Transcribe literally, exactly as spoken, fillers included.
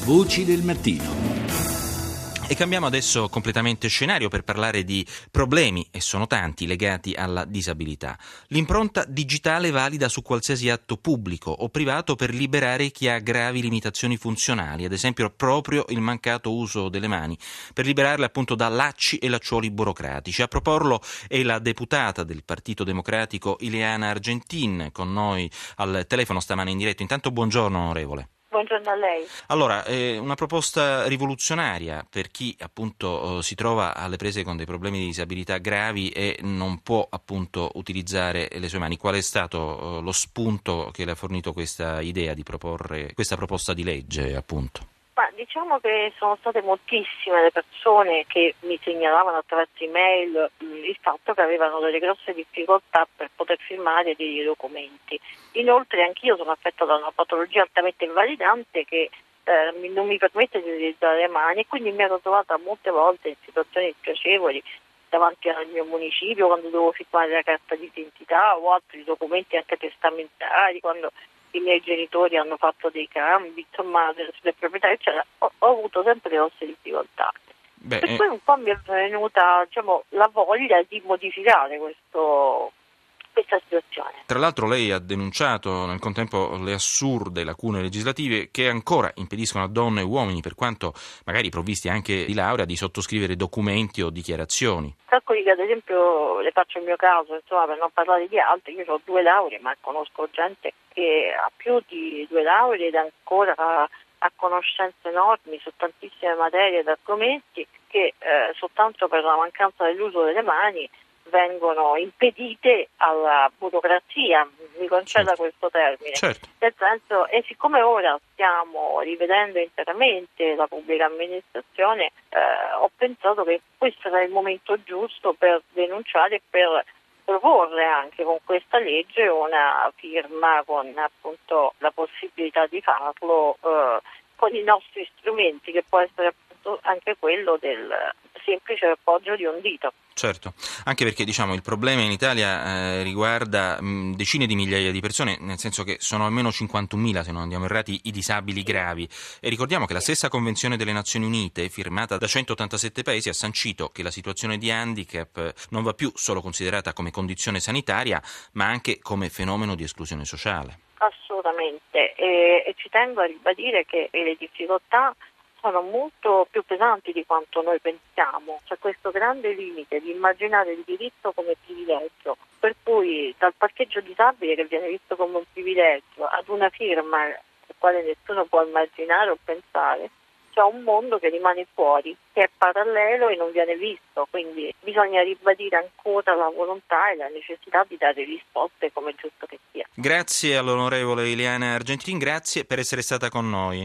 Voci del mattino. E cambiamo adesso completamente scenario per parlare di problemi, e sono tanti, legati alla disabilità. L'impronta digitale valida su qualsiasi atto pubblico o privato per liberare chi ha gravi limitazioni funzionali, ad esempio proprio il mancato uso delle mani, per liberarle appunto da lacci e lacciuoli burocratici. A proporlo è la deputata del Partito Democratico Ileana Argentin, con noi al telefono stamane in diretto. Intanto buongiorno onorevole. Buongiorno a lei. Allora, è una proposta rivoluzionaria per chi appunto si trova alle prese con dei problemi di disabilità gravi e non può appunto utilizzare le sue mani. Qual è stato lo spunto che le ha fornito questa idea di proporre questa proposta di legge, appunto? Ma diciamo che sono state moltissime le persone che mi segnalavano attraverso email il fatto che avevano delle grosse difficoltà per poter firmare dei documenti. Inoltre anch'io sono affetta da una patologia altamente invalidante che eh, non mi permette di utilizzare le mani, e quindi mi ero trovata molte volte in situazioni spiacevoli davanti al mio municipio quando dovevo firmare la carta di identità o altri documenti anche testamentari, quando i miei genitori hanno fatto dei cambi, insomma, sulle proprietà, eccetera. Ho, ho avuto sempre grosse difficoltà. Beh, per eh... cui un po' mi è venuta, diciamo, la voglia di modificare questo, questa situazione. Tra l'altro lei ha denunciato nel contempo le assurde lacune legislative che ancora impediscono a donne e uomini, per quanto magari provvisti anche di laurea, di sottoscrivere documenti o dichiarazioni. Calcoli che ad esempio, le faccio il mio caso, insomma, per non parlare di altri, io ho due lauree, ma conosco gente che ha più di due lauree ed ancora ha, ha conoscenze enormi su tantissime materie ed argomenti che eh, soltanto per la mancanza dell'uso delle mani vengono impedite alla burocrazia, mi conceda certo. questo termine. Certo. Nel senso, e siccome ora stiamo rivedendo interamente la pubblica amministrazione, eh, ho pensato che questo era il momento giusto per denunciare e per proporre anche con questa legge una firma con appunto la possibilità di farlo eh, con i nostri strumenti, che può essere appunto anche quello del semplice appoggio di un dito. Certo, anche perché diciamo il problema in Italia eh, riguarda mh, decine di migliaia di persone, nel senso che sono almeno cinquantamila, se non andiamo errati, i disabili gravi, e ricordiamo che la stessa Convenzione delle Nazioni Unite, firmata da centottantasette paesi, ha sancito che la situazione di handicap non va più solo considerata come condizione sanitaria, ma anche come fenomeno di esclusione sociale. Assolutamente, e, e ci tengo a ribadire che le difficoltà sono molto più pesanti di quanto noi pensiamo. C'è questo grande limite di immaginare il diritto come privilegio, per cui dal parcheggio disabile, che viene visto come un privilegio, ad una firma al quale nessuno può immaginare o pensare, c'è un mondo che rimane fuori, che è parallelo e non viene visto, quindi bisogna ribadire ancora la volontà e la necessità di dare risposte come è giusto che sia. Grazie all'onorevole Ileana Argentin, grazie per essere stata con noi.